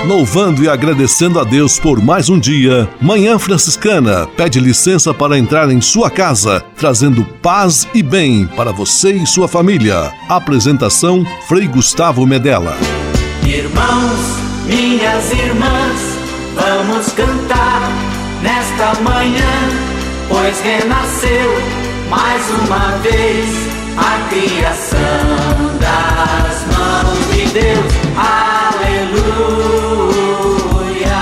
Louvando e agradecendo a Deus por mais um dia, Manhã Franciscana pede licença para entrar em sua casa, trazendo paz e bem para você e sua família. Apresentação, Frei Gustavo Medella. Irmãos, minhas irmãs, vamos cantar nesta manhã, pois renasceu mais uma vez a criação das mãos de Deus. Aleluia.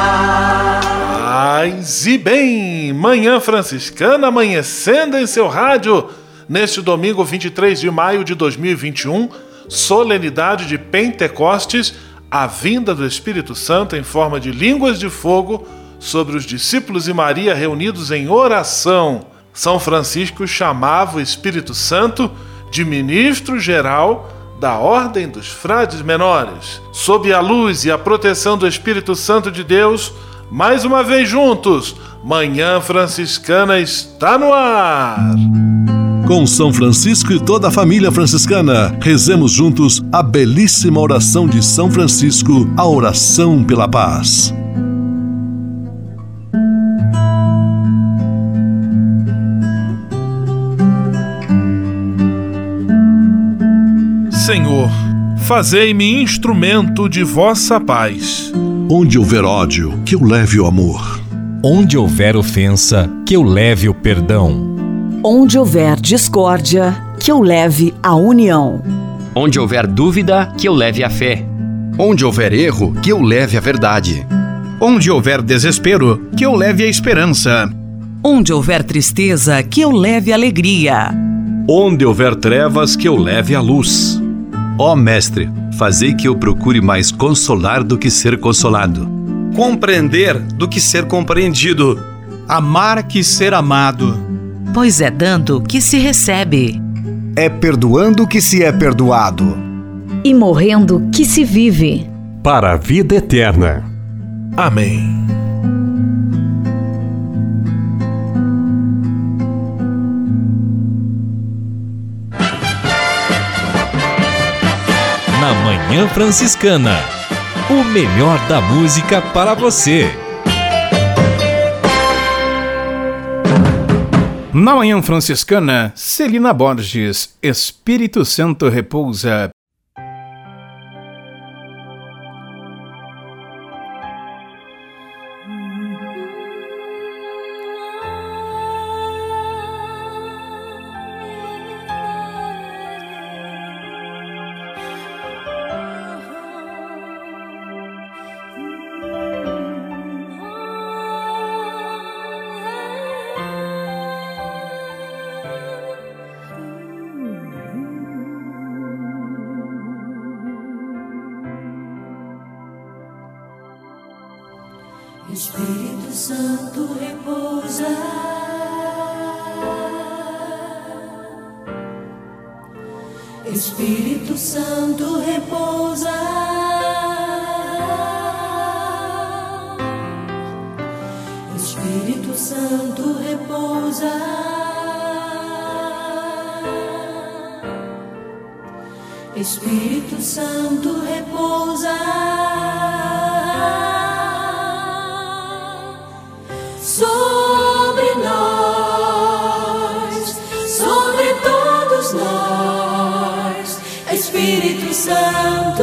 Paz e bem, Manhã Franciscana amanhecendo em seu rádio neste domingo 23 de maio de 2021, solenidade de Pentecostes, a vinda do Espírito Santo em forma de línguas de fogo sobre os discípulos e Maria reunidos em oração. São Francisco chamava o Espírito Santo de ministro geral da Ordem dos Frades Menores. Sob a luz e a proteção do Espírito Santo de Deus, mais uma vez juntos, Manhã Franciscana está no ar. Com São Francisco e toda a família franciscana, rezemos juntos a belíssima oração de São Francisco, a oração pela paz. Senhor, fazei-me instrumento de vossa paz. Onde houver ódio, que eu leve o amor. Onde houver ofensa, que eu leve o perdão. Onde houver discórdia, que eu leve a união. Onde houver dúvida, que eu leve a fé. Onde houver erro, que eu leve a verdade. Onde houver desespero, que eu leve a esperança. Onde houver tristeza, que eu leve a alegria. Onde houver trevas, que eu leve a luz. Ó Mestre, fazei que eu procure mais consolar do que ser consolado. Compreender do que ser compreendido. Amar que ser amado. Pois é dando que se recebe. É perdoando que se é perdoado. E morrendo que se vive. Para a vida eterna. Amém. Na Manhã Franciscana, o melhor da música para você. Na Manhã Franciscana, Celina Borges, Espírito Santo repousa. Espírito Santo repousa, Espírito Santo repousa, Espírito Santo repousa, Espírito Santo repousa. Sobre nós, sobre todos nós, Espírito Santo,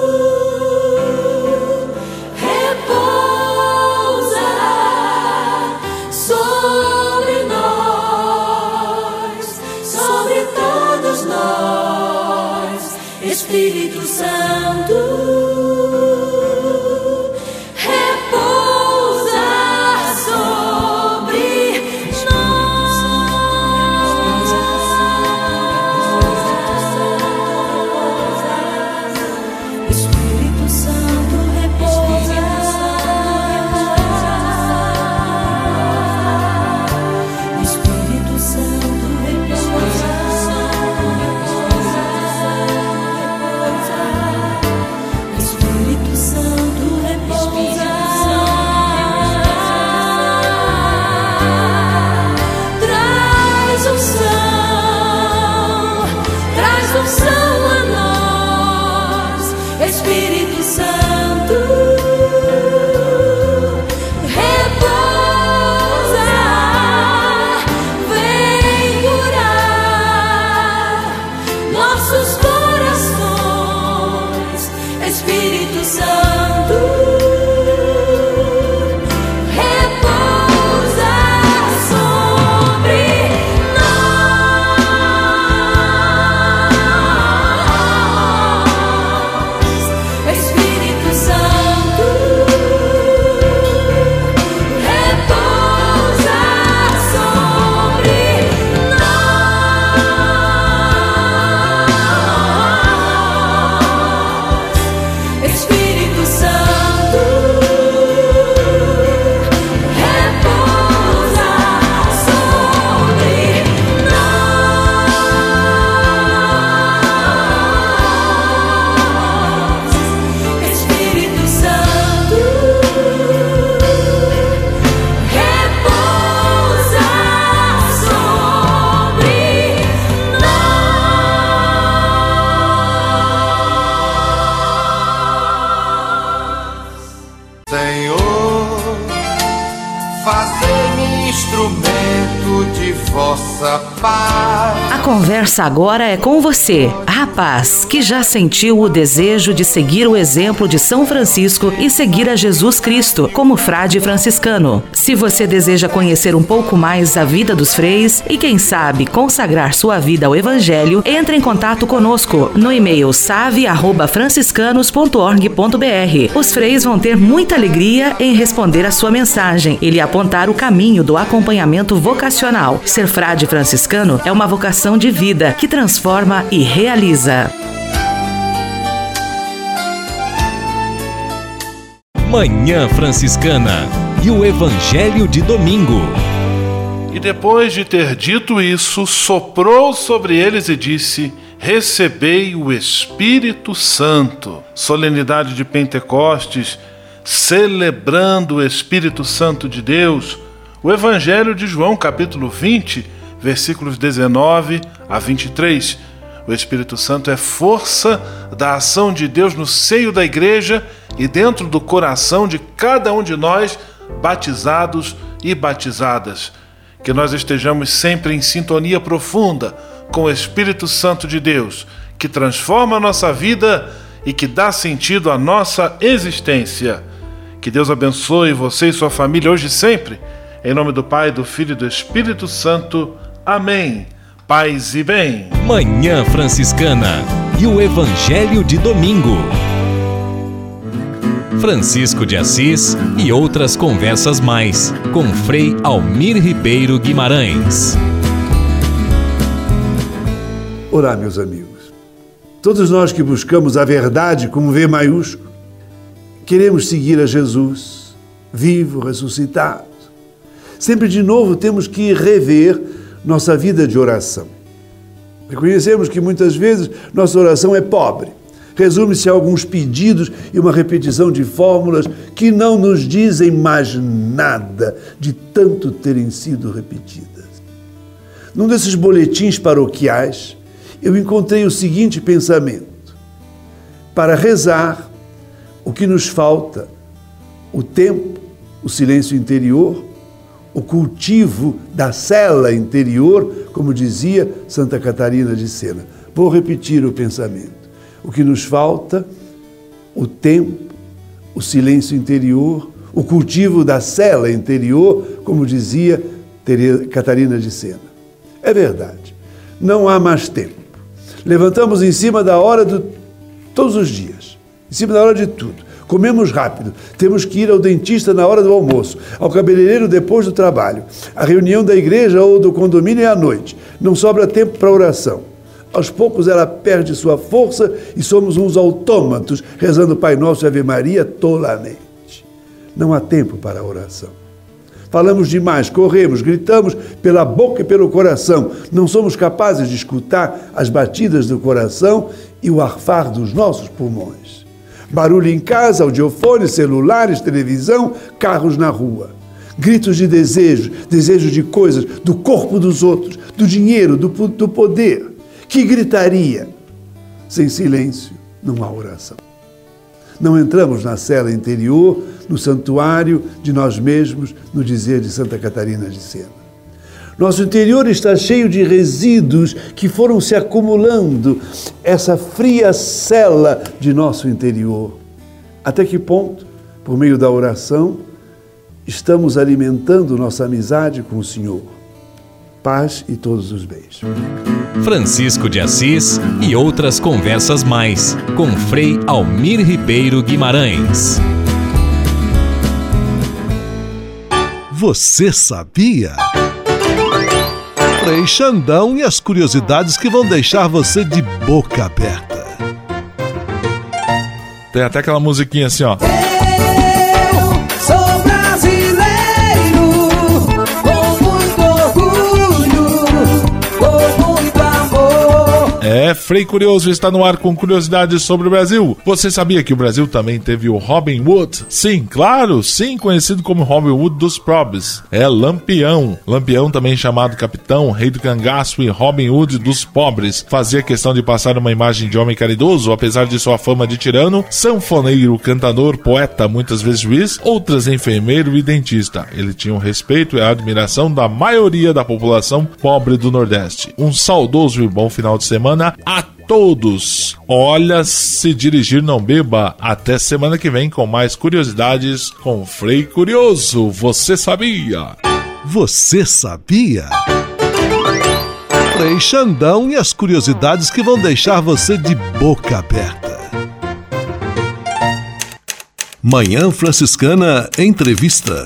repousa sobre nós, sobre todos nós, Espírito Santo. Espírito nossa paz. A conversa agora é com você, rapaz, que já sentiu o desejo de seguir o exemplo de São Francisco e seguir a Jesus Cristo como frade franciscano. Se você deseja conhecer um pouco mais a vida dos freis e, quem sabe, consagrar sua vida ao Evangelho, entre em contato conosco no e-mail save@franciscanos.org.br. Os freis vão ter muita alegria em responder a sua mensagem e lhe apontar o caminho do acompanhamento vocacional. Ser frade franciscano é uma vocação de vida que transforma e realiza. Manhã Franciscana e o Evangelho de domingo. E depois de ter dito isso, soprou sobre eles e disse: recebei o Espírito Santo. Solenidade de Pentecostes, celebrando o Espírito Santo de Deus. O Evangelho de João, capítulo 20, versículos 19 a 23. O Espírito Santo é força da ação de Deus no seio da igreja e dentro do coração de cada um de nós, batizados e batizadas. Que nós estejamos sempre em sintonia profunda com o Espírito Santo de Deus, que transforma a nossa vida e que dá sentido à nossa existência. Que Deus abençoe você e sua família hoje e sempre. Em nome do Pai, do Filho e do Espírito Santo. Amém. Paz e bem. Manhã Franciscana e o Evangelho de domingo. Francisco de Assis e outras conversas mais, com Frei Almir Ribeiro Guimarães. Olá, meus amigos. Todos nós que buscamos a verdade com V maiúsculo, queremos seguir a Jesus, vivo, ressuscitado. Sempre de novo temos que rever nossa vida de oração. Reconhecemos que muitas vezes nossa oração é pobre. Resume-se a alguns pedidos e uma repetição de fórmulas que não nos dizem mais nada de tanto terem sido repetidas. Num desses boletins paroquiais, eu encontrei o seguinte pensamento: para rezar, o que nos falta? O tempo, o silêncio interior, o cultivo da cela interior, como dizia Santa Catarina de Sena. Vou repetir o pensamento. O que nos falta? O tempo, o silêncio interior, o cultivo da cela interior, como dizia Catarina de Sena. É verdade, não há mais tempo. Levantamos em cima da hora de todos os dias, em cima da hora de tudo. Comemos rápido, temos que ir ao dentista na hora do almoço, ao cabeleireiro depois do trabalho, à reunião da igreja ou do condomínio é à noite. Não sobra tempo para oração. Aos poucos ela perde sua força e somos uns autômatos, rezando Pai Nosso e Ave Maria tolamente. Não há tempo para a oração. Falamos demais, corremos, gritamos pela boca e pelo coração. Não somos capazes de escutar as batidas do coração e o arfar dos nossos pulmões. Barulho em casa, audiofones, celulares, televisão, carros na rua. Gritos de desejo de coisas, do corpo dos outros, do dinheiro, do poder. Que gritaria! Sem silêncio, não há oração. Não entramos na cela interior, no santuário de nós mesmos, no dizer de Santa Catarina de Sena. Nosso interior está cheio de resíduos que foram se acumulando, essa fria cela de nosso interior. Até que ponto, por meio da oração, estamos alimentando nossa amizade com o Senhor? Paz e todos os bens. Francisco de Assis e outras conversas mais, com Frei Almir Ribeiro Guimarães. Você sabia? Frei Xandão e as curiosidades que vão deixar você de boca aberta. Tem até aquela musiquinha assim, ó. Eu sou brasileiro, com muito orgulho, com muito amor. Frei Curioso está no ar com curiosidades sobre o Brasil. Você sabia que o Brasil também teve o Robin Hood? Sim, claro, sim, conhecido como Robin Hood dos pobres. É Lampião. Lampião, também chamado Capitão, Rei do Cangaço e Robin Hood dos pobres. Fazia questão de passar uma imagem de homem caridoso, apesar de sua fama de tirano, sanfoneiro, cantador, poeta, muitas vezes juiz, outras enfermeiro e dentista. Ele tinha o respeito e a admiração da maioria da população pobre do Nordeste. Um saudoso e bom final de semana a todos. Olha, se dirigir não beba. Até semana que vem com mais curiosidades com Frei Curioso. Você sabia? Você sabia? Frei Xandão e as curiosidades que vão deixar você de boca aberta. Manhã Franciscana Entrevista.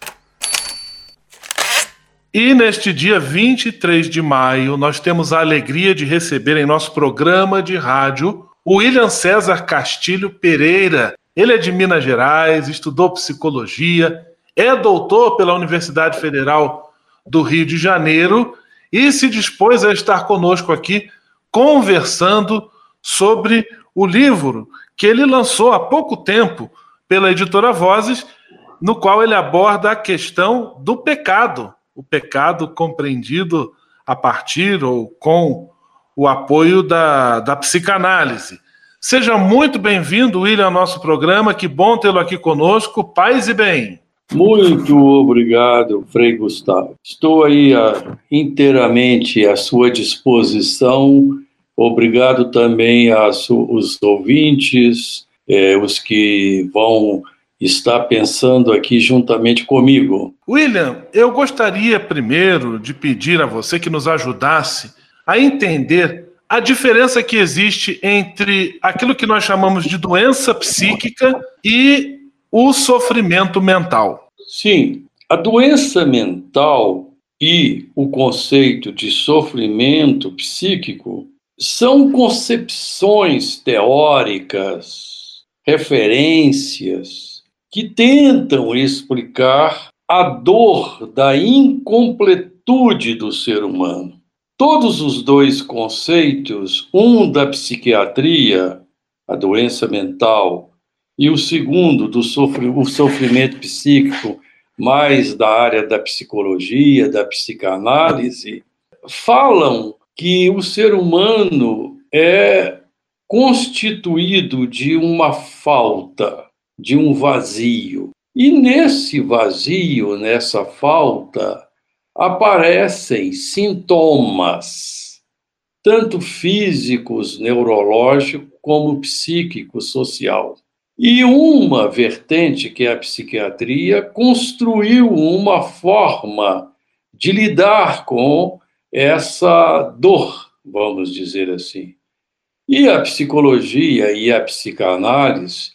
E neste dia 23 de maio, nós temos a alegria de receber em nosso programa de rádio o William César Castilho Pereira. Ele é de Minas Gerais, estudou psicologia, é doutor pela Universidade Federal do Rio de Janeiro e se dispôs a estar conosco aqui conversando sobre o livro que ele lançou há pouco tempo pela editora Vozes, no qual ele aborda a questão do pecado. O pecado compreendido a partir ou com o apoio da psicanálise. Seja muito bem-vindo, William, ao nosso programa. Que bom tê-lo aqui conosco. Paz e bem. Muito obrigado, Frei Gustavo. Estou aí inteiramente à sua disposição. Obrigado também aos ouvintes, os que vão está pensando aqui juntamente comigo. William, eu gostaria primeiro de pedir a você que nos ajudasse a entender a diferença que existe entre aquilo que nós chamamos de doença psíquica e o sofrimento mental. Sim, a doença mental e o conceito de sofrimento psíquico são concepções teóricas, referências, que tentam explicar a dor da incompletude do ser humano. Todos os dois conceitos, um da psiquiatria, a doença mental, e o segundo, o sofrimento psíquico, mais da área da psicologia, da psicanálise, falam que o ser humano é constituído de uma falta, de um vazio. E nesse vazio, nessa falta, aparecem sintomas, tanto físicos, neurológicos, como psíquicos, social. E uma vertente, que é a psiquiatria, construiu uma forma de lidar com essa dor, vamos dizer assim. E a psicologia e a psicanálise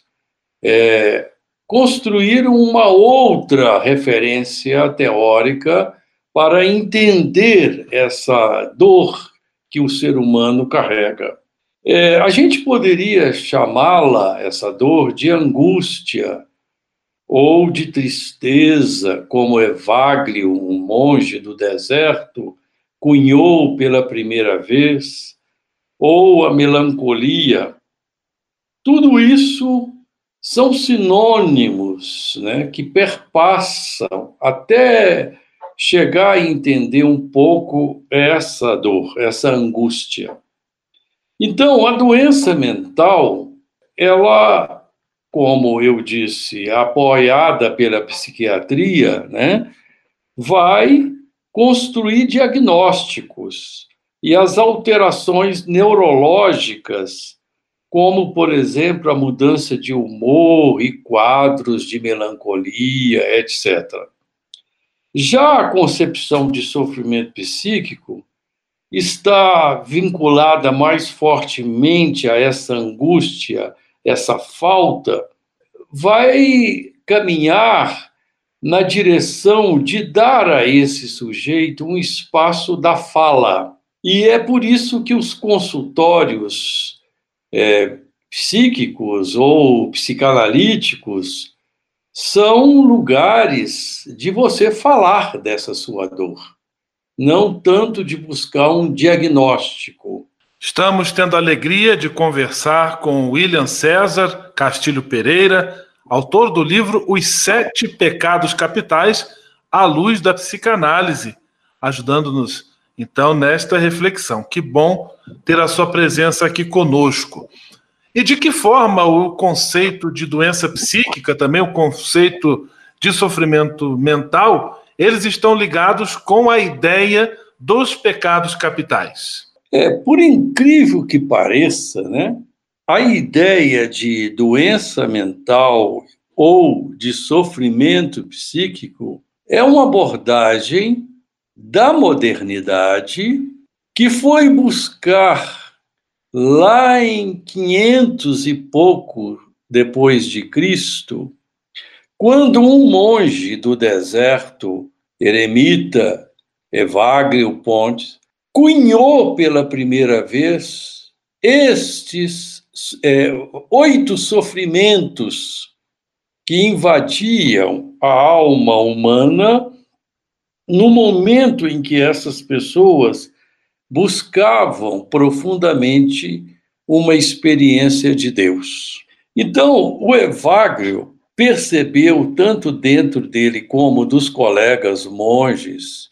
construíram uma outra referência teórica para entender essa dor que o ser humano carrega. A gente poderia chamá-la, essa dor, de angústia ou de tristeza, como Evagrio, um monge do deserto, cunhou pela primeira vez, ou a melancolia. Tudo isso são sinônimos, né, que perpassam até chegar a entender um pouco essa dor, essa angústia. Então, a doença mental, ela, como eu disse, apoiada pela psiquiatria, né, vai construir diagnósticos e as alterações neurológicas, como, por exemplo, a mudança de humor e quadros de melancolia, etc. Já a concepção de sofrimento psíquico está vinculada mais fortemente a essa angústia, essa falta, vai caminhar na direção de dar a esse sujeito um espaço da fala. E é por isso que os consultórios psíquicos ou psicanalíticos são lugares de você falar dessa sua dor, não tanto de buscar um diagnóstico. Estamos tendo a alegria de conversar com William César Castilho Pereira, autor do livro Os 7 Pecados Capitais, à luz da psicanálise, ajudando-nos, então, nesta reflexão. Que bom ter a sua presença aqui conosco. E de que forma o conceito de doença psíquica, também o conceito de sofrimento mental, eles estão ligados com a ideia dos pecados capitais? Por incrível que pareça, né, a ideia de doença mental ou de sofrimento psíquico é uma abordagem da modernidade que foi buscar lá em 500 e pouco depois de Cristo, quando um monge do deserto, eremita Evagrio Pontes, cunhou pela primeira vez estes 8 sofrimentos que invadiam a alma humana no momento em que essas pessoas buscavam profundamente uma experiência de Deus. Então, o Evagrio percebeu, tanto dentro dele como dos colegas monges,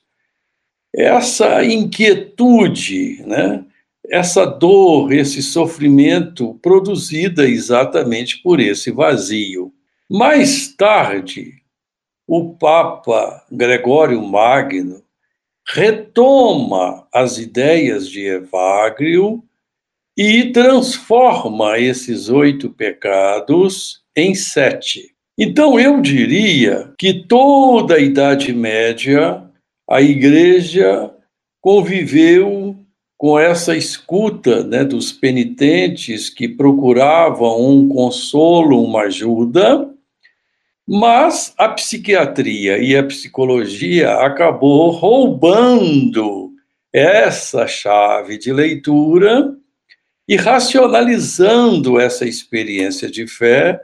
essa inquietude, né? Essa dor, esse sofrimento produzida exatamente por esse vazio. Mais tarde, o Papa Gregório Magno retoma as ideias de Evagrio e transforma esses 8 pecados em 7. Então, eu diria que toda a Idade Média a Igreja conviveu com essa escuta, né, dos penitentes que procuravam um consolo, uma ajuda, mas a psiquiatria e a psicologia acabou roubando essa chave de leitura e racionalizando essa experiência de fé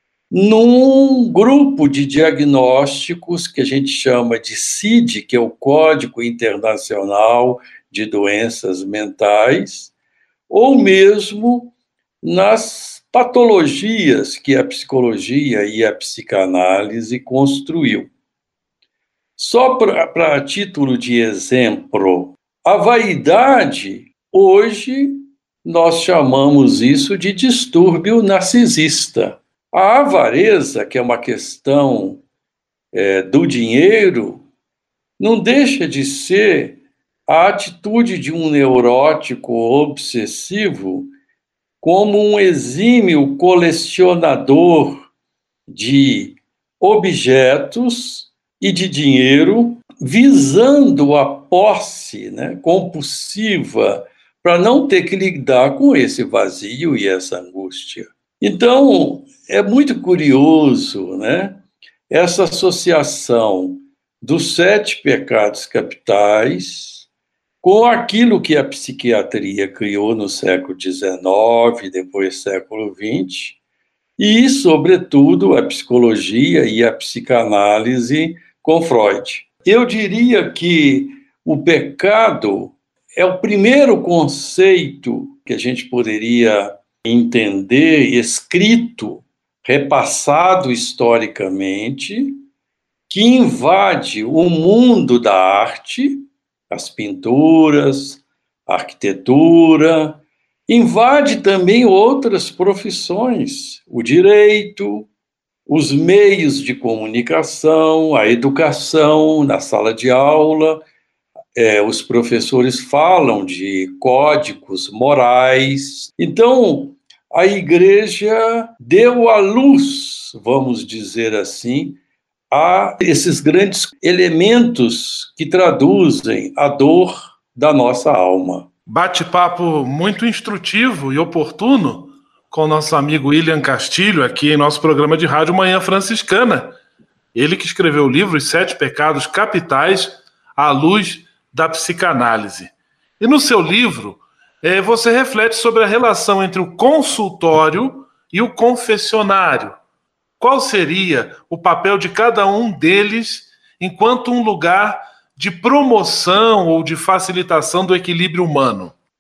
num grupo de diagnósticos que a gente chama de CID, que é o Código Internacional de Doenças Mentais, ou mesmo nas patologias que a psicologia e a psicanálise construiu. Só para título de exemplo, a vaidade, hoje nós chamamos isso de distúrbio narcisista. A avareza, que é uma questão do dinheiro, não deixa de ser a atitude de um neurótico obsessivo como um exímio colecionador de objetos e de dinheiro, visando a posse, né, compulsiva, para não ter que lidar com esse vazio e essa angústia. Então, é muito curioso, né, essa associação dos 7 pecados capitais com aquilo que a psiquiatria criou no século XIX, depois século XX, e, sobretudo, a psicologia e a psicanálise com Freud. Eu diria que o pecado é o primeiro conceito que a gente poderia entender, escrito, repassado historicamente, que invade o mundo da arte, as pinturas, a arquitetura, invade também outras profissões, o direito, os meios de comunicação, a educação na sala de aula. Os professores falam de códigos morais. Então, a Igreja deu à luz, vamos dizer assim, a esses grandes elementos que traduzem a dor da nossa alma. Bate-papo muito instrutivo e oportuno com o nosso amigo William Castilho, aqui em nosso programa de rádio Manhã Franciscana. Ele que escreveu o livro Os 7 Pecados Capitais, à luz da psicanálise. E no seu livro, você reflete sobre a relação entre o consultório e o confessionário. Qual seria o papel de cada um deles enquanto um lugar de promoção ou de facilitação do equilíbrio humano?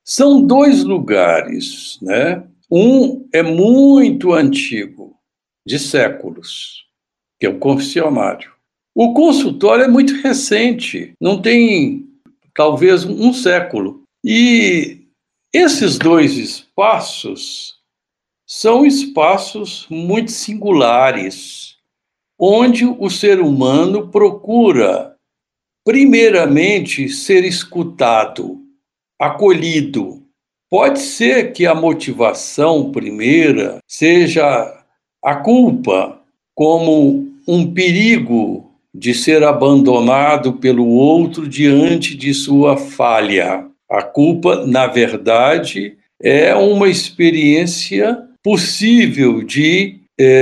São dois lugares, né? Um é muito antigo, de séculos, que é o confessionário. O consultório é muito recente, não tem talvez um século. E esses dois espaços são espaços muito singulares, onde o ser humano procura, primeiramente, ser escutado, acolhido. Pode ser que a motivação primeira seja a culpa, como um perigo de ser abandonado pelo outro diante de sua falha. A culpa, na verdade, é uma experiência possível de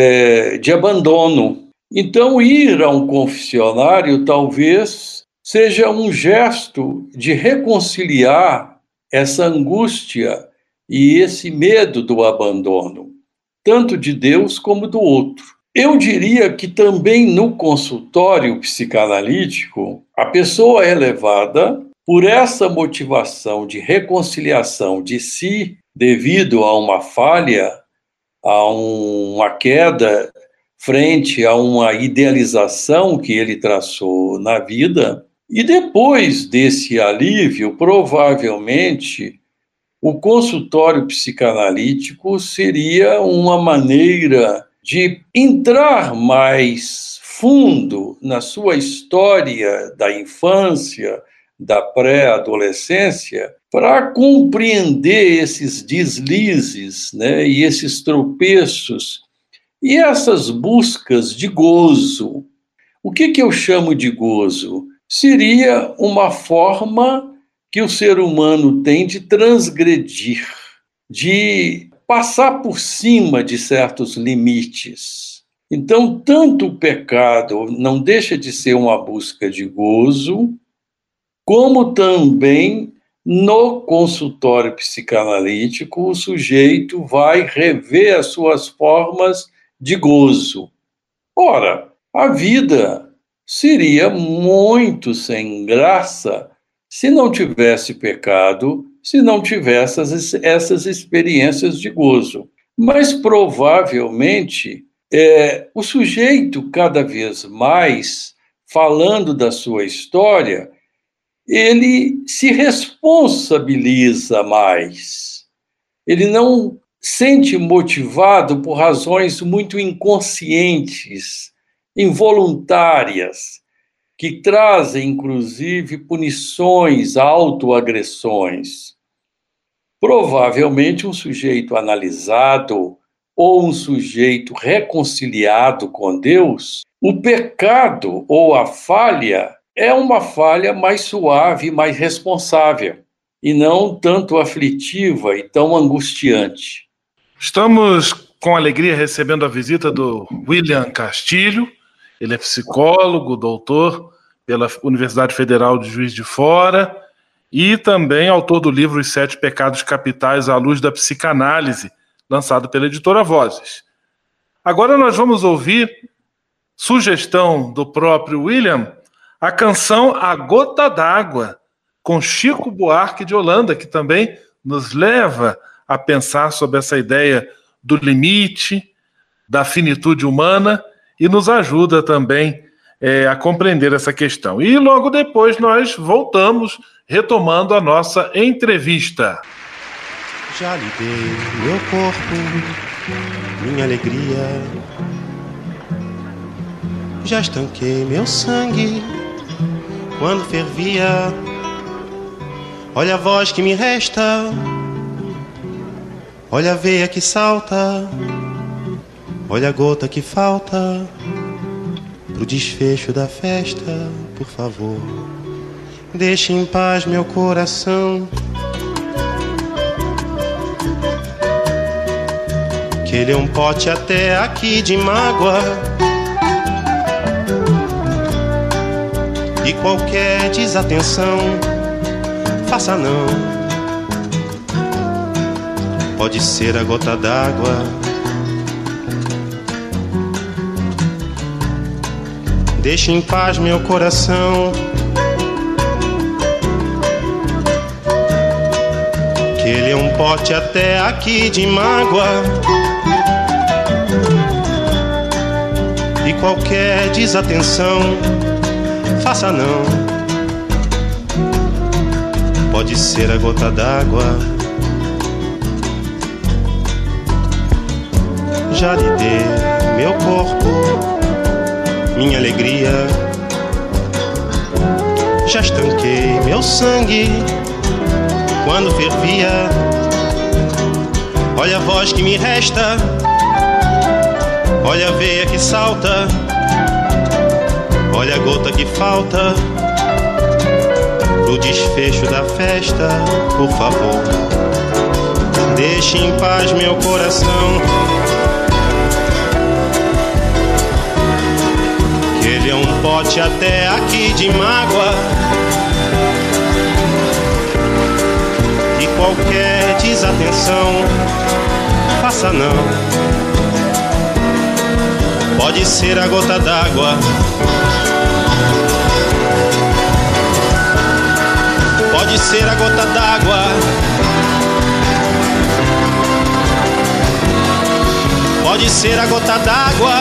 abandono. Então, ir a um confessionário talvez seja um gesto de reconciliar essa angústia e esse medo do abandono, tanto de Deus como do outro. Eu diria que também no consultório psicanalítico, a pessoa é levada por essa motivação de reconciliação de si devido a uma falha, a uma queda frente a uma idealização que ele traçou na vida. E depois desse alívio, provavelmente, o consultório psicanalítico seria uma maneira de entrar mais fundo na sua história da infância, da pré-adolescência, para compreender esses deslizes, né, e esses tropeços e essas buscas de gozo. O que eu chamo de gozo? Seria uma forma que o ser humano tem de transgredir, de passar por cima de certos limites. Então, tanto o pecado não deixa de ser uma busca de gozo, como também no consultório psicanalítico o sujeito vai rever as suas formas de gozo. Ora, a vida seria muito sem graça se não tivesse pecado, se não tivesse essas experiências de gozo. Mas, provavelmente, o sujeito, cada vez mais, falando da sua história, ele se responsabiliza mais. Ele não sente motivado por razões muito inconscientes, involuntárias, que trazem, inclusive, punições, autoagressões. Provavelmente um sujeito analisado ou um sujeito reconciliado com Deus, o pecado ou a falha é uma falha mais suave, mais responsável, e não tanto aflitiva e tão angustiante. Estamos com alegria recebendo a visita do William Castilho. Ele é psicólogo, doutor pela Universidade Federal de Juiz de Fora e também autor do livro Os 7 Pecados Capitais à Luz da Psicanálise, lançado pela editora Vozes. Agora nós vamos ouvir, sugestão do próprio William, a canção A Gota d'Água, com Chico Buarque de Holanda, que também nos leva a pensar sobre essa ideia do limite, da finitude humana, e nos ajuda também a compreender essa questão. E logo depois nós voltamos, retomando a nossa entrevista. Já lhe dei meu corpo, minha alegria. Já estanquei meu sangue quando fervia. Olha a voz que me resta, olha a veia que salta, olha a gota que falta pro desfecho da festa. Por favor, deixe em paz meu coração, que ele é um pote até aqui de mágoa, e qualquer desatenção faça não. Pode ser a gota d'água, deixe em paz meu coração, que ele é um pote até aqui de mágoa. E qualquer desatenção, faça não. Pode ser a gota d'água. Já lhe dei meu corpo, minha alegria. Já estanquei meu sangue quando fervia. Olha a voz que me resta, olha a veia que salta, olha a gota que falta pro desfecho da festa. Por favor, deixe em paz meu coração, que ele é um pote até aqui de mágoa. E qualquer desatenção, faça não. Pode ser a gota d'água, pode ser a gota d'água, pode ser a gota d'água.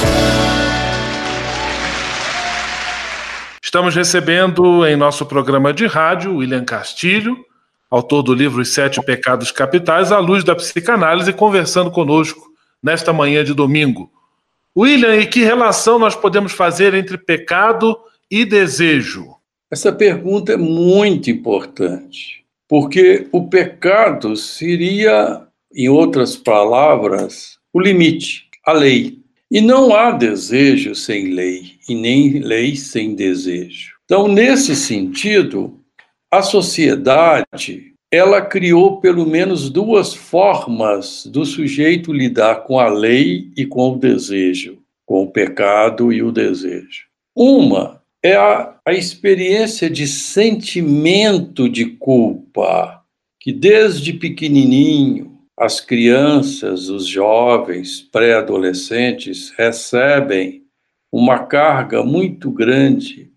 Estamos recebendo em nosso programa de rádio William Castilho, autor do livro Os 7 Pecados Capitais, à luz da psicanálise, conversando conosco nesta manhã de domingo. William, e que relação nós podemos fazer entre pecado e desejo? Essa pergunta é muito importante, porque o pecado seria, em outras palavras, o limite, a lei. E não há desejo sem lei, e nem lei sem desejo. Então, nesse sentido, a sociedade, ela criou pelo menos duas formas do sujeito lidar com a lei e com o desejo, com o pecado e o desejo. Uma é a experiência de sentimento de culpa, que desde pequenininho as crianças, os jovens, pré-adolescentes recebem uma carga muito grande,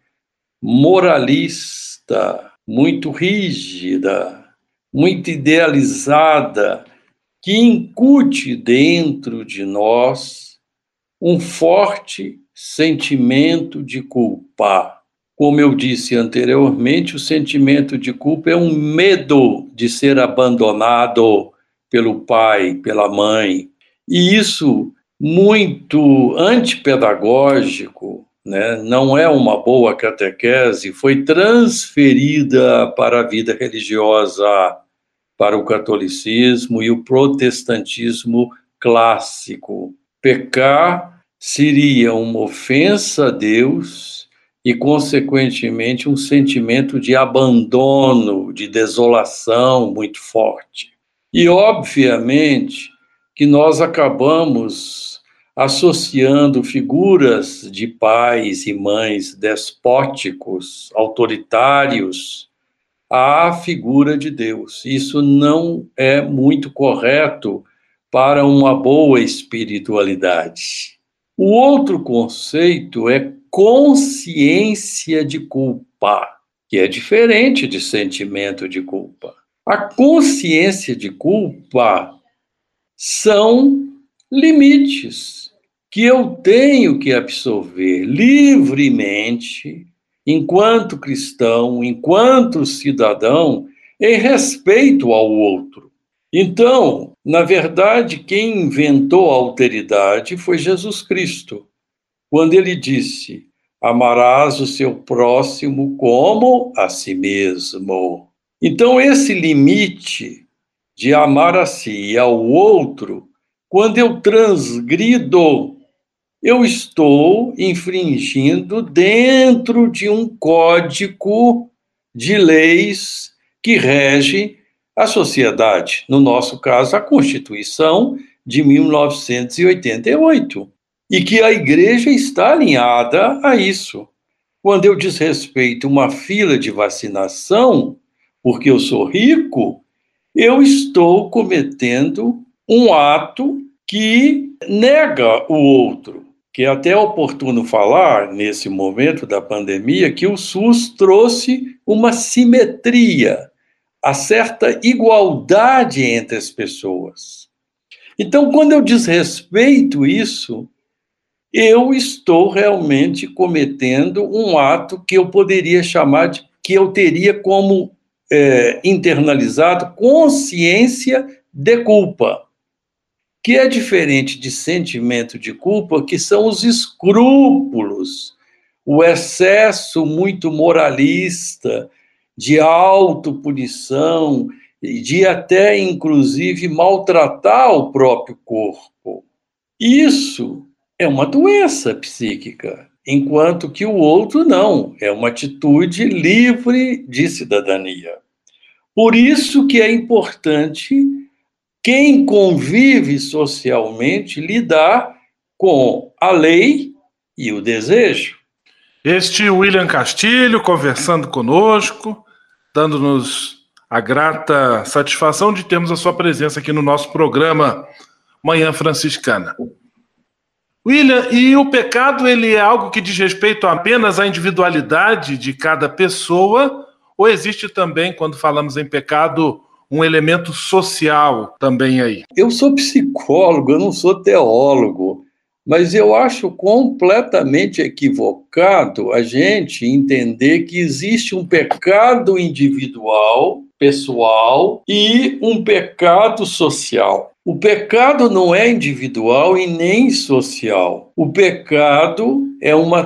moralista, muito rígida, muito idealizada, que incute dentro de nós um forte sentimento de culpa. Como eu disse anteriormente, o sentimento de culpa é um medo de ser abandonado pelo pai, pela mãe. E isso, muito antipedagógico, né? Não é uma boa catequese, foi transferida para a vida religiosa, para o catolicismo e o protestantismo clássico. Pecar seria uma ofensa a Deus e, consequentemente, um sentimento de abandono, de desolação muito forte. E, obviamente, que nós acabamos associando figuras de pais e mães despóticos, autoritários, à figura de Deus. Isso não é muito correto para uma boa espiritualidade. O outro conceito é consciência de culpa, que é diferente de sentimento de culpa. A consciência de culpa são limites que eu tenho que absorver livremente, enquanto cristão, enquanto cidadão, em respeito ao outro. Então, na verdade, quem inventou a alteridade foi Jesus Cristo, quando ele disse: amarás o seu próximo como a si mesmo. Então, esse limite de amar a si e ao outro, quando eu transgrido, eu estou infringindo dentro de um código de leis que rege a sociedade. No nosso caso, a Constituição de 1988. E que a igreja está alinhada a isso. Quando eu desrespeito uma fila de vacinação, porque eu sou rico, eu estou cometendo um ato que nega o outro. Que é até oportuno falar, nesse momento da pandemia, que o SUS trouxe uma simetria. a certa igualdade entre as pessoas. Então, quando eu desrespeito isso, eu estou realmente cometendo um ato que eu poderia chamar de, que eu teria como internalizado consciência de culpa, que é diferente de sentimento de culpa, que são os escrúpulos, o excesso muito moralista, de autopunição, de até, inclusive, maltratar o próprio corpo. Isso é uma doença psíquica, enquanto que o outro não, é uma atitude livre de cidadania. Por isso que é importante quem convive socialmente lidar com a lei e o desejo. Este William Castilho conversando conosco, dando-nos a grata satisfação de termos a sua presença aqui no nosso programa Manhã Franciscana. William, e o pecado, ele é algo que diz respeito apenas à individualidade de cada pessoa, ou existe também, quando falamos em pecado, um elemento social também aí? Eu sou psicólogo, eu não sou teólogo, mas eu acho completamente equivocado a gente entender que existe um pecado individual, pessoal, e um pecado social. O pecado não é individual e nem social. O pecado é uma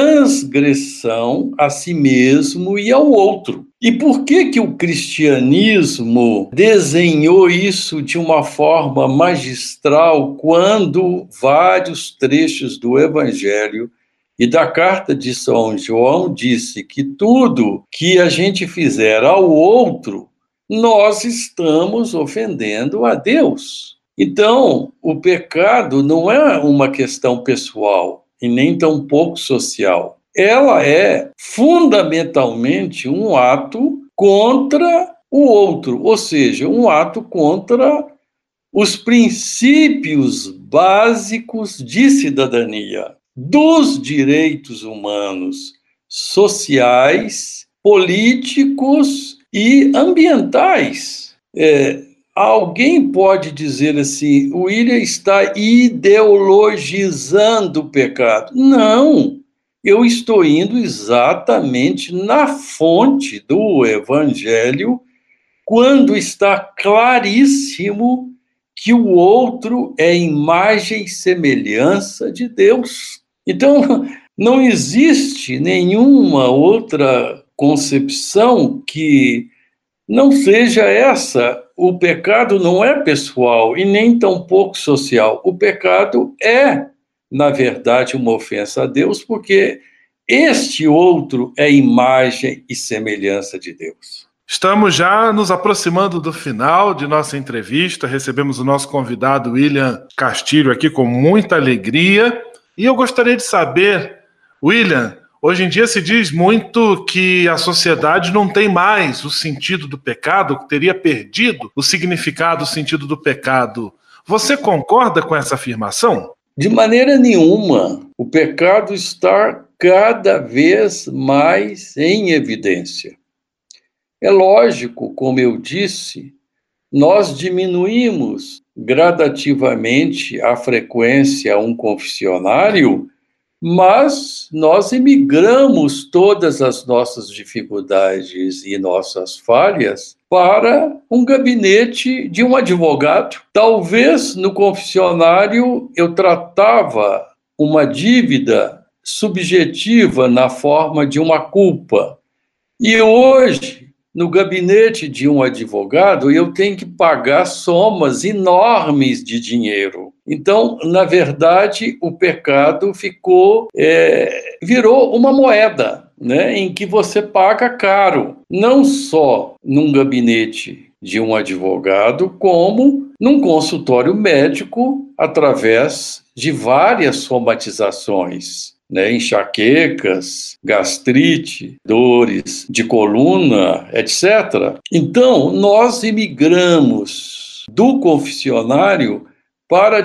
transgressão a si mesmo e ao outro. E por que o cristianismo desenhou isso de uma forma magistral quando vários trechos do Evangelho e da carta de São João disse que tudo que a gente fizer ao outro, nós estamos ofendendo a Deus. Então, o pecado não é uma questão pessoal e nem tampouco social. Ela é fundamentalmente um ato contra o outro, ou seja, um ato contra os princípios básicos de cidadania, dos direitos humanos, sociais, políticos e ambientais. Alguém pode dizer assim, o William está ideologizando o pecado. Não, eu estou indo exatamente na fonte do Evangelho, quando está claríssimo que o outro é imagem e semelhança de Deus. Então, não existe nenhuma outra concepção que não seja essa. O pecado não é pessoal e nem tampouco social. O pecado é, na verdade, uma ofensa a Deus, porque este outro é imagem e semelhança de Deus. Estamos já nos aproximando do final de nossa entrevista. Recebemos o nosso convidado William Castilho aqui com muita alegria. E eu gostaria de saber, William, hoje em dia se diz muito que a sociedade não tem mais o sentido do pecado, que teria perdido o significado, o sentido do pecado. Você concorda com essa afirmação? De maneira nenhuma. O pecado está cada vez mais em evidência. É lógico, como eu disse, nós diminuímos gradativamente a frequência a um confessionário, mas nós imigramos todas as nossas dificuldades e nossas falhas para um gabinete de um advogado. Talvez no confessionário eu tratava uma dívida subjetiva na forma de uma culpa. E hoje, no gabinete de um advogado, eu tenho que pagar somas enormes de dinheiro. Então, na verdade, o pecado virou uma moeda, né, em que você paga caro, não só num gabinete de um advogado, como num consultório médico, através de várias somatizações, né, enxaquecas, gastrite, dores de coluna, etc. Então, nós imigramos do confessionário para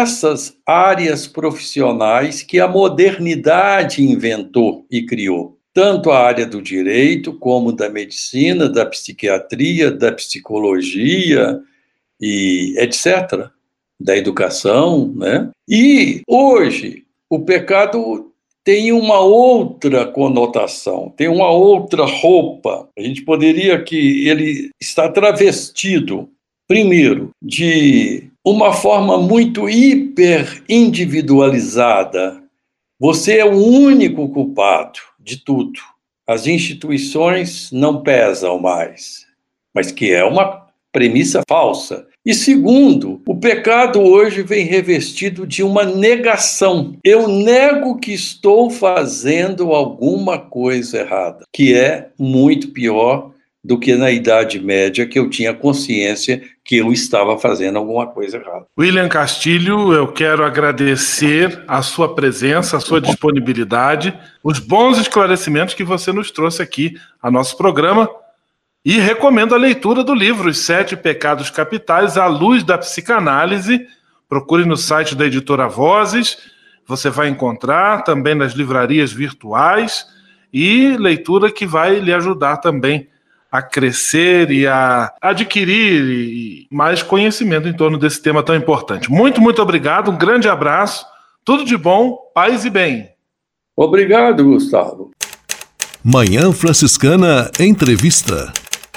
diversas áreas profissionais que a modernidade inventou e criou. tanto a área do direito, como da medicina, da psiquiatria, da psicologia e etc., da educação, né? E hoje o pecado tem uma outra conotação, tem uma outra roupa. A gente poderia que ele está travestido, primeiro, de uma forma muito hiper individualizada. Você é o único culpado de tudo. As instituições não pesam mais, mas que é uma premissa falsa. E segundo, o pecado hoje vem revestido de uma negação. Eu nego que estou fazendo alguma coisa errada, que é muito pior do que na Idade Média, que eu tinha consciência que eu estava fazendo alguma coisa errada. William Castilho, eu quero agradecer a sua presença, a sua disponibilidade, os bons esclarecimentos que você nos trouxe aqui ao nosso programa. E recomendo a leitura do livro Os 7 Pecados Capitais à Luz da Psicanálise. Procure no site da editora Vozes. Você vai encontrar também nas livrarias virtuais. E leitura que vai lhe ajudar também a crescer e a adquirir mais conhecimento em torno desse tema tão importante. Muito, muito obrigado. Um grande abraço. Tudo de bom, paz e bem. Obrigado, Gustavo. Manhã Franciscana Entrevista.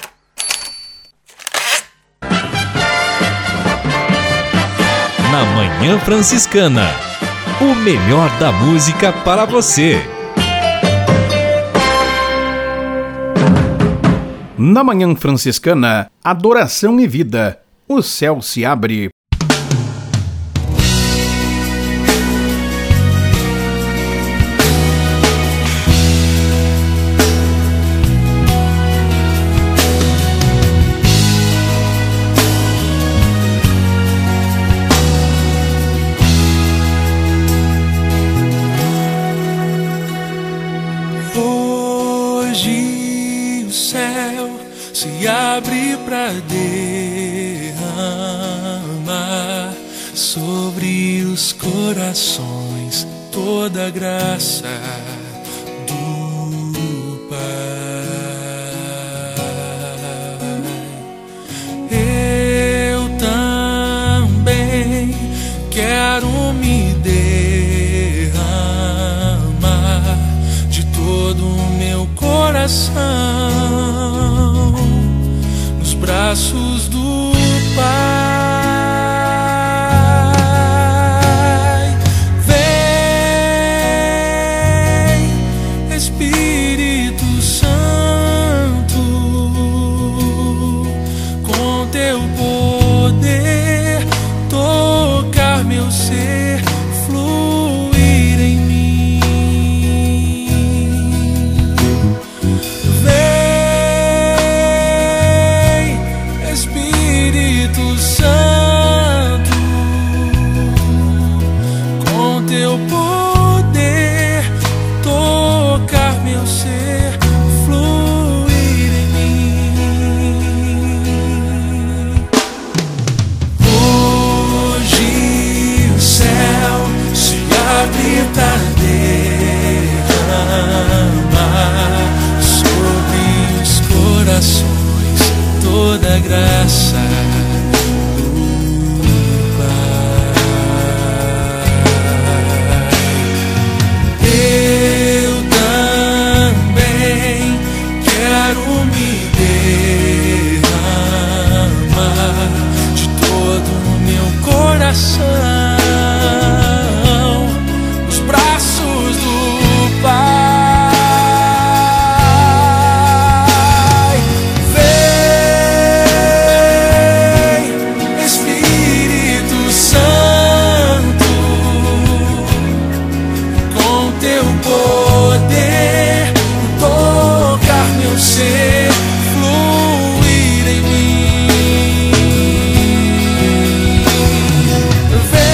Na Manhã Franciscana, o melhor da música para você. Na Manhã Franciscana, adoração e vida, o céu se abre. Se abre pra derramar sobre os corações toda a graça do Pai. Eu também quero me derramar de todo o meu coração braços do Pai. Vem, Espírito Santo, com teu poder tocar meu ser, fluir em mim. Toda a graça do Pai. Eu também quero me derramar de todo o meu coração nos braços do Pai. Fluir em mim.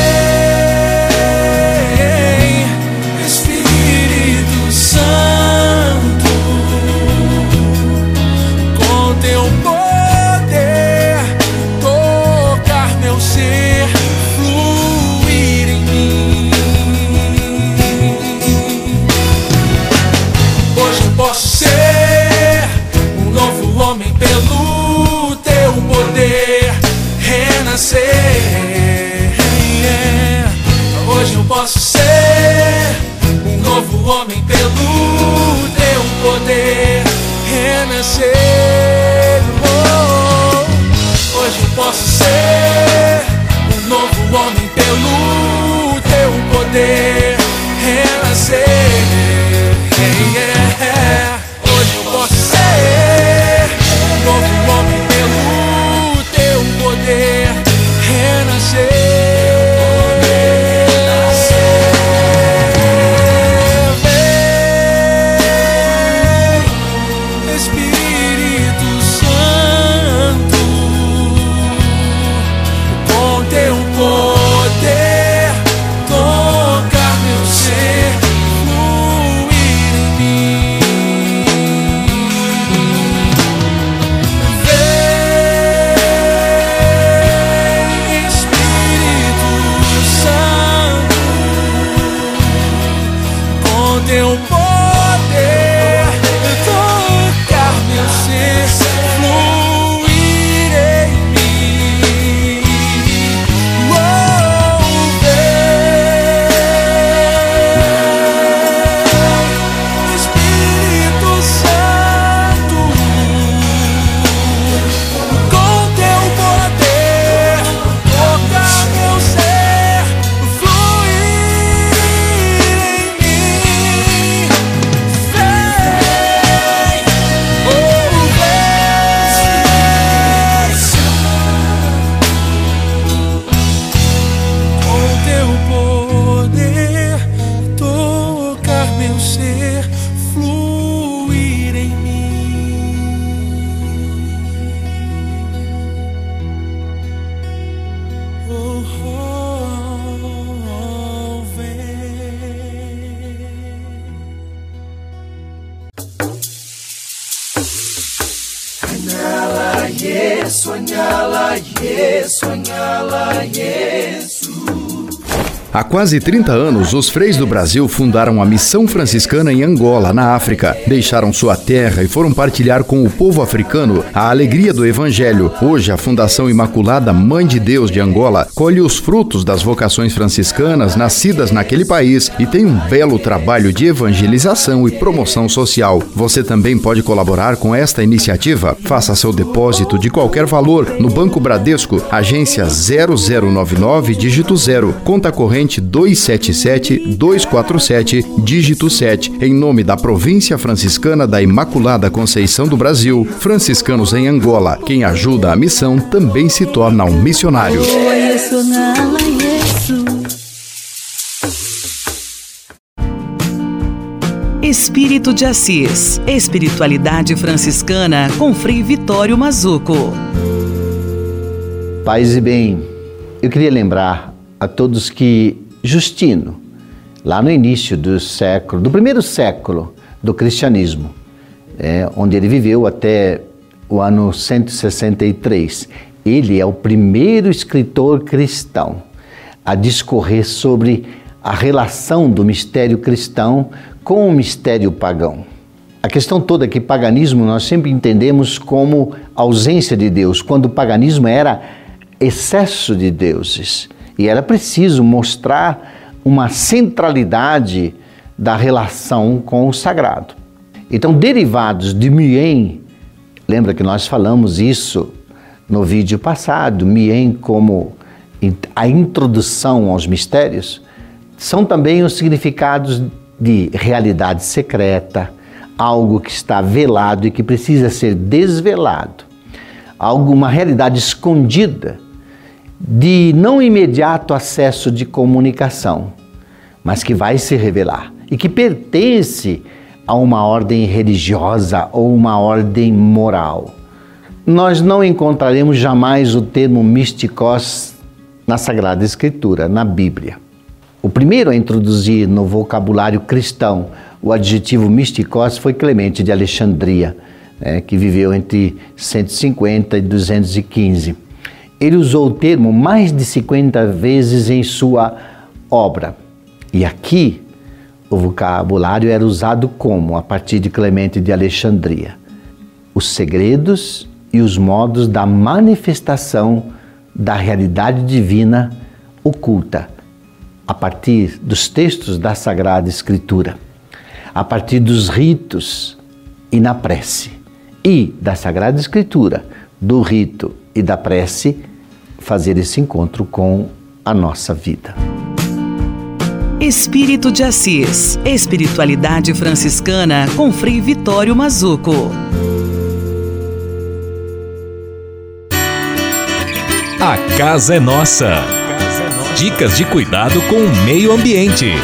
Sonhá-la, sonhá-la, Há quase 30 anos, os freis do Brasil fundaram a Missão Franciscana em Angola, na África. Deixaram sua terra e foram partilhar com o povo africano a alegria do Evangelho. Hoje, a Fundação Imaculada Mãe de Deus de Angola colhe os frutos das vocações franciscanas nascidas naquele país e tem um belo trabalho de evangelização e promoção social. Você também pode colaborar com esta iniciativa. Faça seu depósito de qualquer valor no Banco Bradesco, agência 0099, dígito 0, conta corrente 277-247, dígito 7, em nome da Província Franciscana da Imaculada Conceição do Brasil, franciscanos em Angola. Quem ajuda a missão também se torna um missionário. Espírito de Assis, espiritualidade franciscana com Frei Vitório Mazuco. Paz e bem, eu queria lembrar a todos que Justino, lá no início do primeiro século do cristianismo, onde ele viveu até o ano 163, ele é o primeiro escritor cristão a discorrer sobre a relação do mistério cristão com o mistério pagão. A questão toda é que paganismo nós sempre entendemos como ausência de Deus, quando o paganismo era excesso de deuses. E era preciso mostrar uma centralidade da relação com o sagrado. Então, derivados de Mien, lembra que nós falamos isso no vídeo passado, Mien como a introdução aos mistérios, são também os significados de realidade secreta, algo que está velado e que precisa ser desvelado, uma realidade escondida, de não imediato acesso de comunicação, mas que vai se revelar e que pertence a uma ordem religiosa ou uma ordem moral. Nós não encontraremos jamais o termo mystikos na Sagrada Escritura, na Bíblia. O primeiro a introduzir no vocabulário cristão o adjetivo mystikos foi Clemente de Alexandria, que viveu entre 150 e 215. Ele usou o termo mais de 50 vezes em sua obra. E aqui, o vocabulário era usado como, a partir de Clemente de Alexandria, os segredos e os modos da manifestação da realidade divina oculta, a partir dos textos da Sagrada Escritura, a partir dos ritos e na prece, e da Sagrada Escritura, do rito e da prece, fazer esse encontro com a nossa vida. Espírito de Assis, espiritualidade franciscana com Frei Vitório Mazuco. A casa é nossa. Dicas de cuidado com o meio ambiente.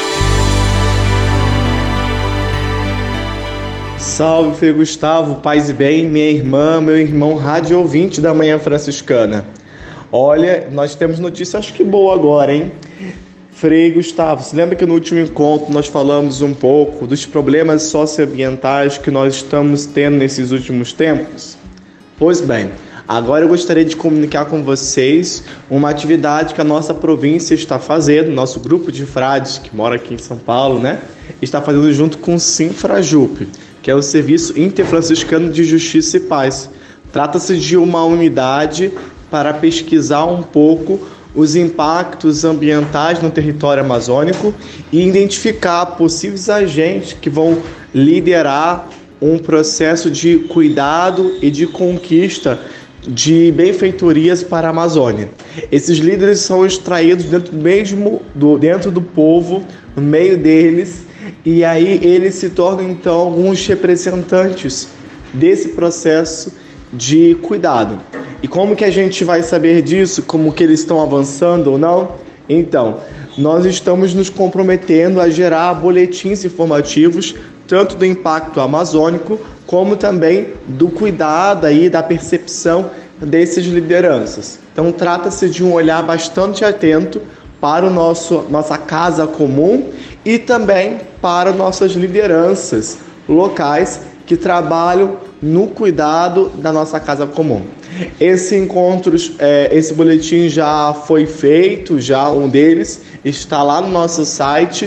Salve, Frei Gustavo, paz e bem, minha irmã, meu irmão rádio ouvinte da Manhã Franciscana. Olha, nós temos notícia, acho que boa agora, hein? Frei Gustavo, se lembra que no último encontro nós falamos um pouco dos problemas socioambientais que nós estamos tendo nesses últimos tempos? Pois bem, agora eu gostaria de comunicar com vocês uma atividade que a nossa província está fazendo, nosso grupo de frades que mora aqui em São Paulo, está fazendo junto com o Sinfrajup, que é o Serviço Interfranciscano de Justiça e Paz. Trata-se de uma unidade para pesquisar um pouco os impactos ambientais no território amazônico e identificar possíveis agentes que vão liderar um processo de cuidado e de conquista de benfeitorias para a Amazônia. Esses líderes são extraídos dentro do povo, no meio deles, e aí eles se tornam então alguns representantes desse processo de cuidado. E como que a gente vai saber disso? Como que eles estão avançando ou não? Então, nós estamos nos comprometendo a gerar boletins informativos, tanto do impacto amazônico, como também do cuidado e da percepção dessas lideranças. Então, trata-se de um olhar bastante atento para nossa casa comum e também para nossas lideranças locais que trabalham no cuidado da nossa casa comum. Esse boletim já foi feito, um deles está lá no nosso site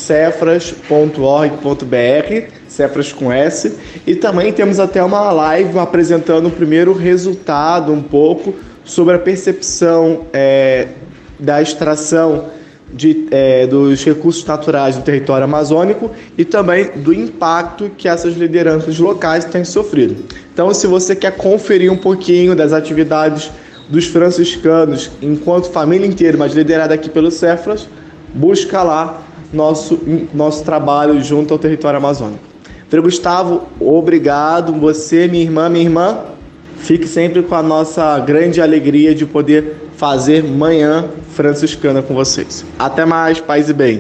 cefras.org.br, Cefras com S, e também temos até uma live apresentando o primeiro resultado, um pouco sobre a percepção da extração dos recursos naturais do território amazônico e também do impacto que essas lideranças locais têm sofrido. Então, se você quer conferir um pouquinho das atividades dos franciscanos enquanto família inteira, mas liderada aqui pelo Cefras, busca lá nosso trabalho junto ao território amazônico. Frei Gustavo, obrigado. Você, minha irmã, fique sempre com a nossa grande alegria de poder fazer Manhã Franciscana com vocês. Até mais, paz e bem.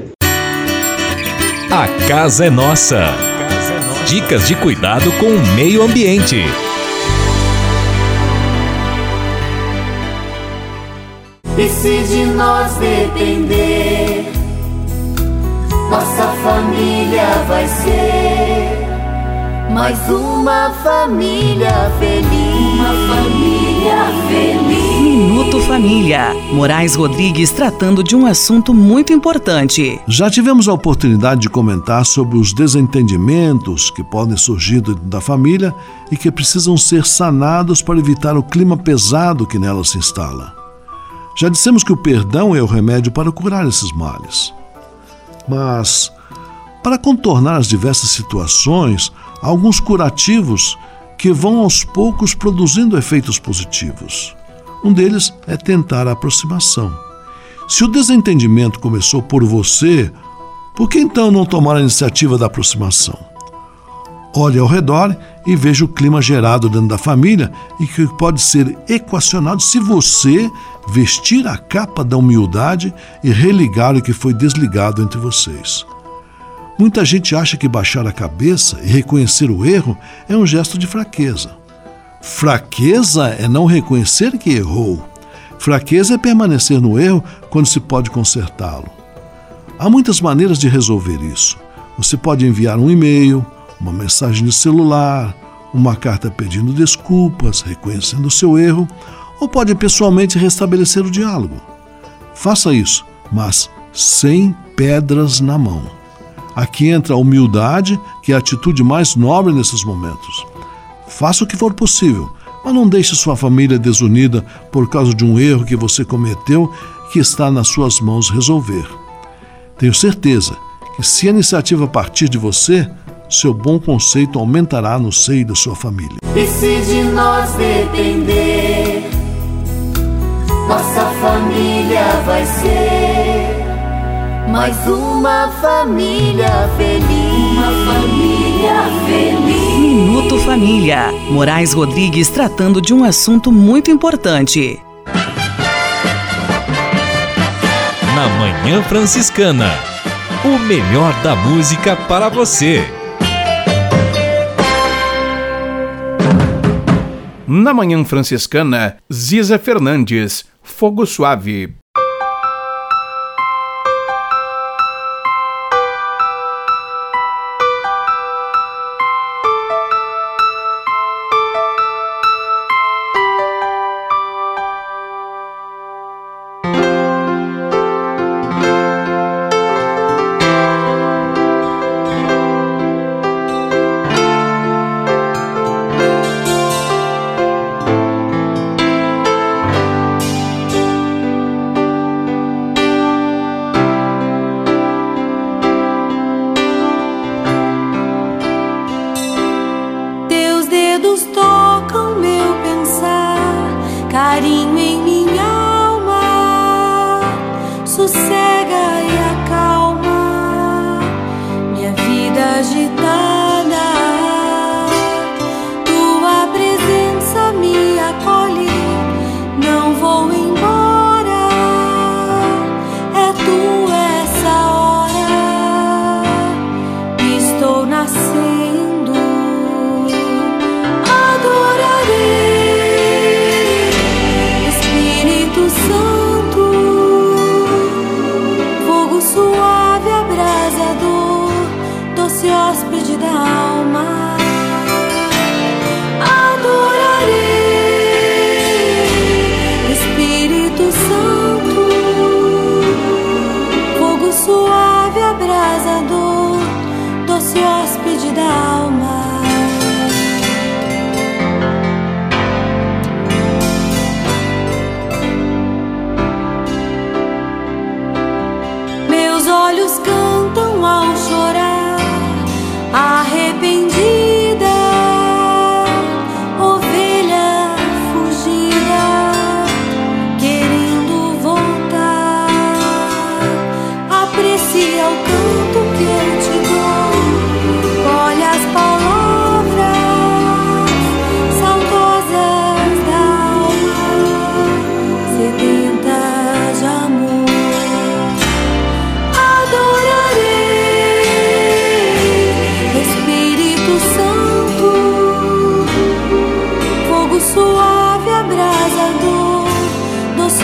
A casa é nossa. Dicas de cuidado com o meio ambiente. E se de nós depender, nossa família vai ser mais uma família feliz. Uma família feliz. Minuto Família. Moraes Rodrigues tratando de um assunto muito importante. Já tivemos a oportunidade de comentar sobre os desentendimentos que podem surgir dentro da família e que precisam ser sanados para evitar o clima pesado que nela se instala. Já dissemos que o perdão é o remédio para curar esses males. Mas, para contornar as diversas situações, há alguns curativos que vão aos poucos produzindo efeitos positivos. Um deles é tentar a aproximação. Se o desentendimento começou por você, por que então não tomar a iniciativa da aproximação? Olhe ao redor e veja o clima gerado dentro da família e que pode ser equacionado se você vestir a capa da humildade e religar o que foi desligado entre vocês. Muita gente acha que baixar a cabeça e reconhecer o erro é um gesto de fraqueza. Fraqueza é não reconhecer que errou. Fraqueza é permanecer no erro quando se pode consertá-lo. Há muitas maneiras de resolver isso. Você pode enviar um e-mail, uma mensagem de celular, uma carta pedindo desculpas, reconhecendo o seu erro, ou pode pessoalmente restabelecer o diálogo. Faça isso, mas sem pedras na mão. Aqui entra a humildade, que é a atitude mais nobre nesses momentos. Faça o que for possível, mas não deixe sua família desunida por causa de um erro que você cometeu que está nas suas mãos resolver. Tenho certeza que se a iniciativa partir de você, seu bom conceito aumentará no seio da sua família. E se de nós depender, nossa família vai ser mais uma família feliz. Uma família feliz. Minuto Família. Moraes Rodrigues tratando de um assunto muito importante. Na Manhã Franciscana, o melhor da música para você. Na Manhã Franciscana, Ziza Fernandes, Fogo Suave.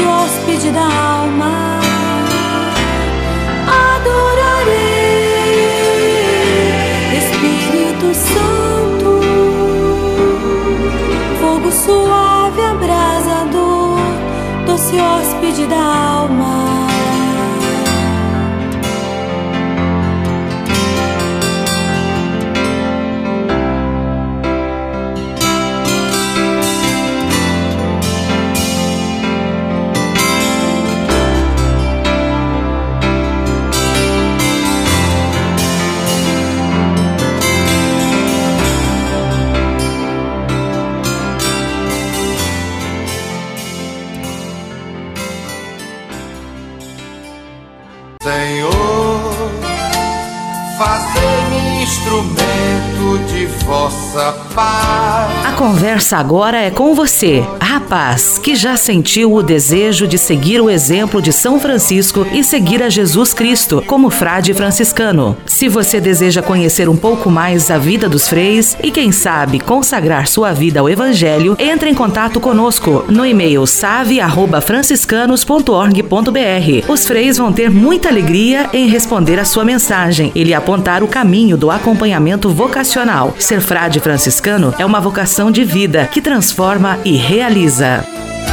doce hóspede da alma. Adorarei, Espírito Santo, fogo suave, abrasador, doce hóspede da alma. Senhor, fazei-me instrumento de vossa paz. A conversa agora é com você, rapaz, que já sentiu o desejo de seguir o exemplo de São Francisco e seguir a Jesus Cristo como frade franciscano. Se você deseja conhecer um pouco mais a vida dos freis e, quem sabe, consagrar sua vida ao Evangelho, entre em contato conosco no e-mail save@franciscanos.org.br. Os freis vão ter muita alegria em responder a sua mensagem e lhe apontar o caminho do acompanhamento vocacional. Ser frade franciscano é uma vocação de vida que transforma e realiza.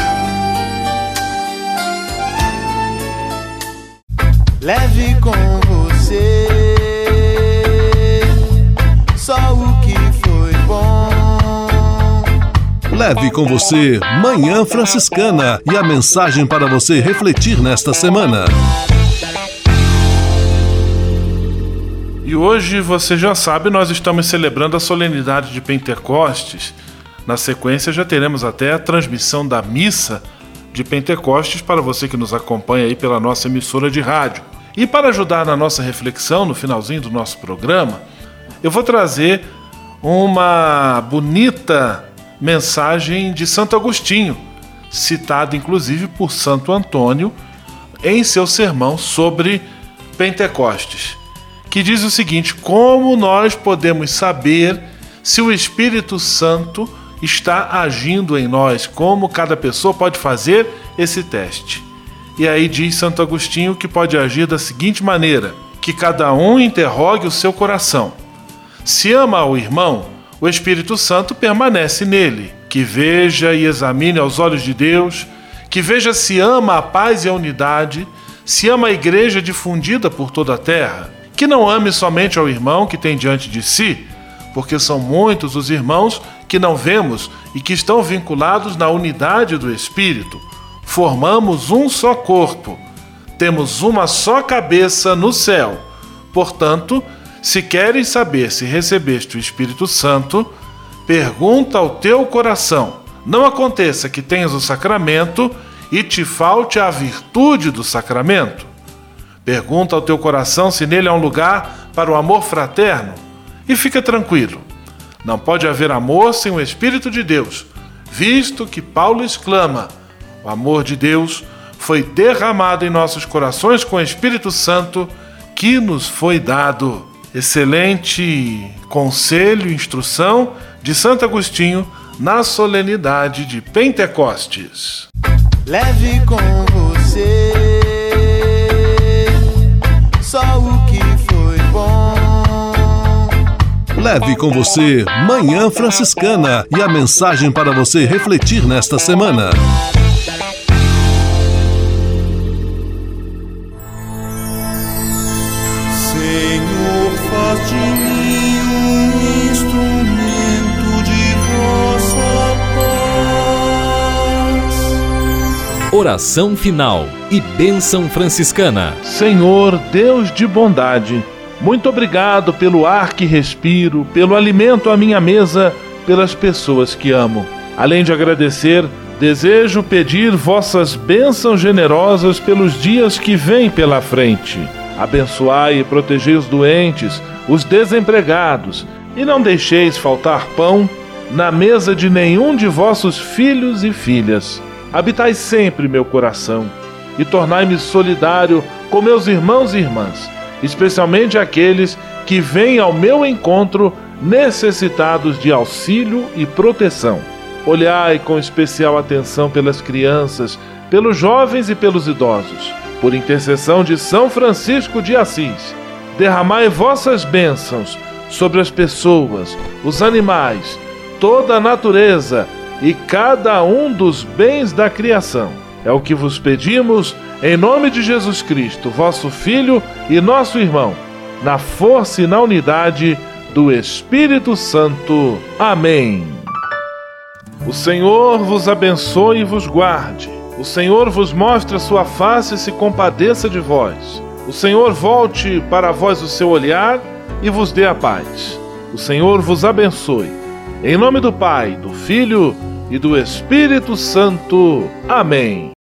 Leve com você só o que foi bom. Leve com você Manhã Franciscana e a mensagem para você refletir nesta semana. E hoje, você já sabe, nós estamos celebrando a solenidade de Pentecostes. Na sequência, já teremos até a transmissão da missa de Pentecostes para você que nos acompanha aí pela nossa emissora de rádio. E para ajudar na nossa reflexão, no finalzinho do nosso programa, eu vou trazer uma bonita mensagem de Santo Agostinho, citada inclusive por Santo Antônio em seu sermão sobre Pentecostes, que diz o seguinte: como nós podemos saber se o Espírito Santo está agindo em nós? Como cada pessoa pode fazer esse teste? E aí diz Santo Agostinho que pode agir da seguinte maneira: que cada um interrogue o seu coração. Se ama o irmão, o Espírito Santo permanece nele. Que veja e examine aos olhos de Deus, que veja se ama a paz e a unidade, se ama a igreja difundida por toda a terra. Que não ame somente ao irmão que tem diante de si, porque são muitos os irmãos que não vemos e que estão vinculados na unidade do Espírito. Formamos um só corpo, temos uma só cabeça no céu. Portanto, se queres saber se recebeste o Espírito Santo, pergunta ao teu coração. Não aconteça que tenhas o sacramento e te falte a virtude do sacramento. Pergunta ao teu coração se nele há um lugar para o amor fraterno. E fica tranquilo, não pode haver amor sem o Espírito de Deus, visto que Paulo exclama: o amor de Deus foi derramado em nossos corações com o Espírito Santo que nos foi dado. Excelente conselho e instrução de Santo Agostinho na solenidade de Pentecostes. Leve com você só o que foi bom. Leve com você Manhã Franciscana e a mensagem para você refletir nesta semana. Senhor, faz de mim um instrumento de vossa paz. Oração final e bênção franciscana. Senhor, Deus de bondade, muito obrigado pelo ar que respiro, pelo alimento à minha mesa, pelas pessoas que amo. Além de agradecer, desejo pedir vossas bênçãos generosas pelos dias que vêm pela frente. Abençoai e protegei os doentes, os desempregados, e não deixeis faltar pão na mesa de nenhum de vossos filhos e filhas. Habitai sempre meu coração e tornai-me solidário com meus irmãos e irmãs, especialmente aqueles que vêm ao meu encontro necessitados de auxílio e proteção. Olhai com especial atenção pelas crianças, pelos jovens e pelos idosos. Por intercessão de São Francisco de Assis, derramai vossas bênçãos sobre as pessoas, os animais, toda a natureza e cada um dos bens da criação. É o que vos pedimos, em nome de Jesus Cristo, vosso Filho e nosso irmão, na força e na unidade do Espírito Santo. Amém. O Senhor vos abençoe e vos guarde. O Senhor vos mostre a sua face e se compadeça de vós. O Senhor volte para vós o seu olhar e vos dê a paz. O Senhor vos abençoe. Em nome do Pai, do Filho e do Espírito Santo. Amém.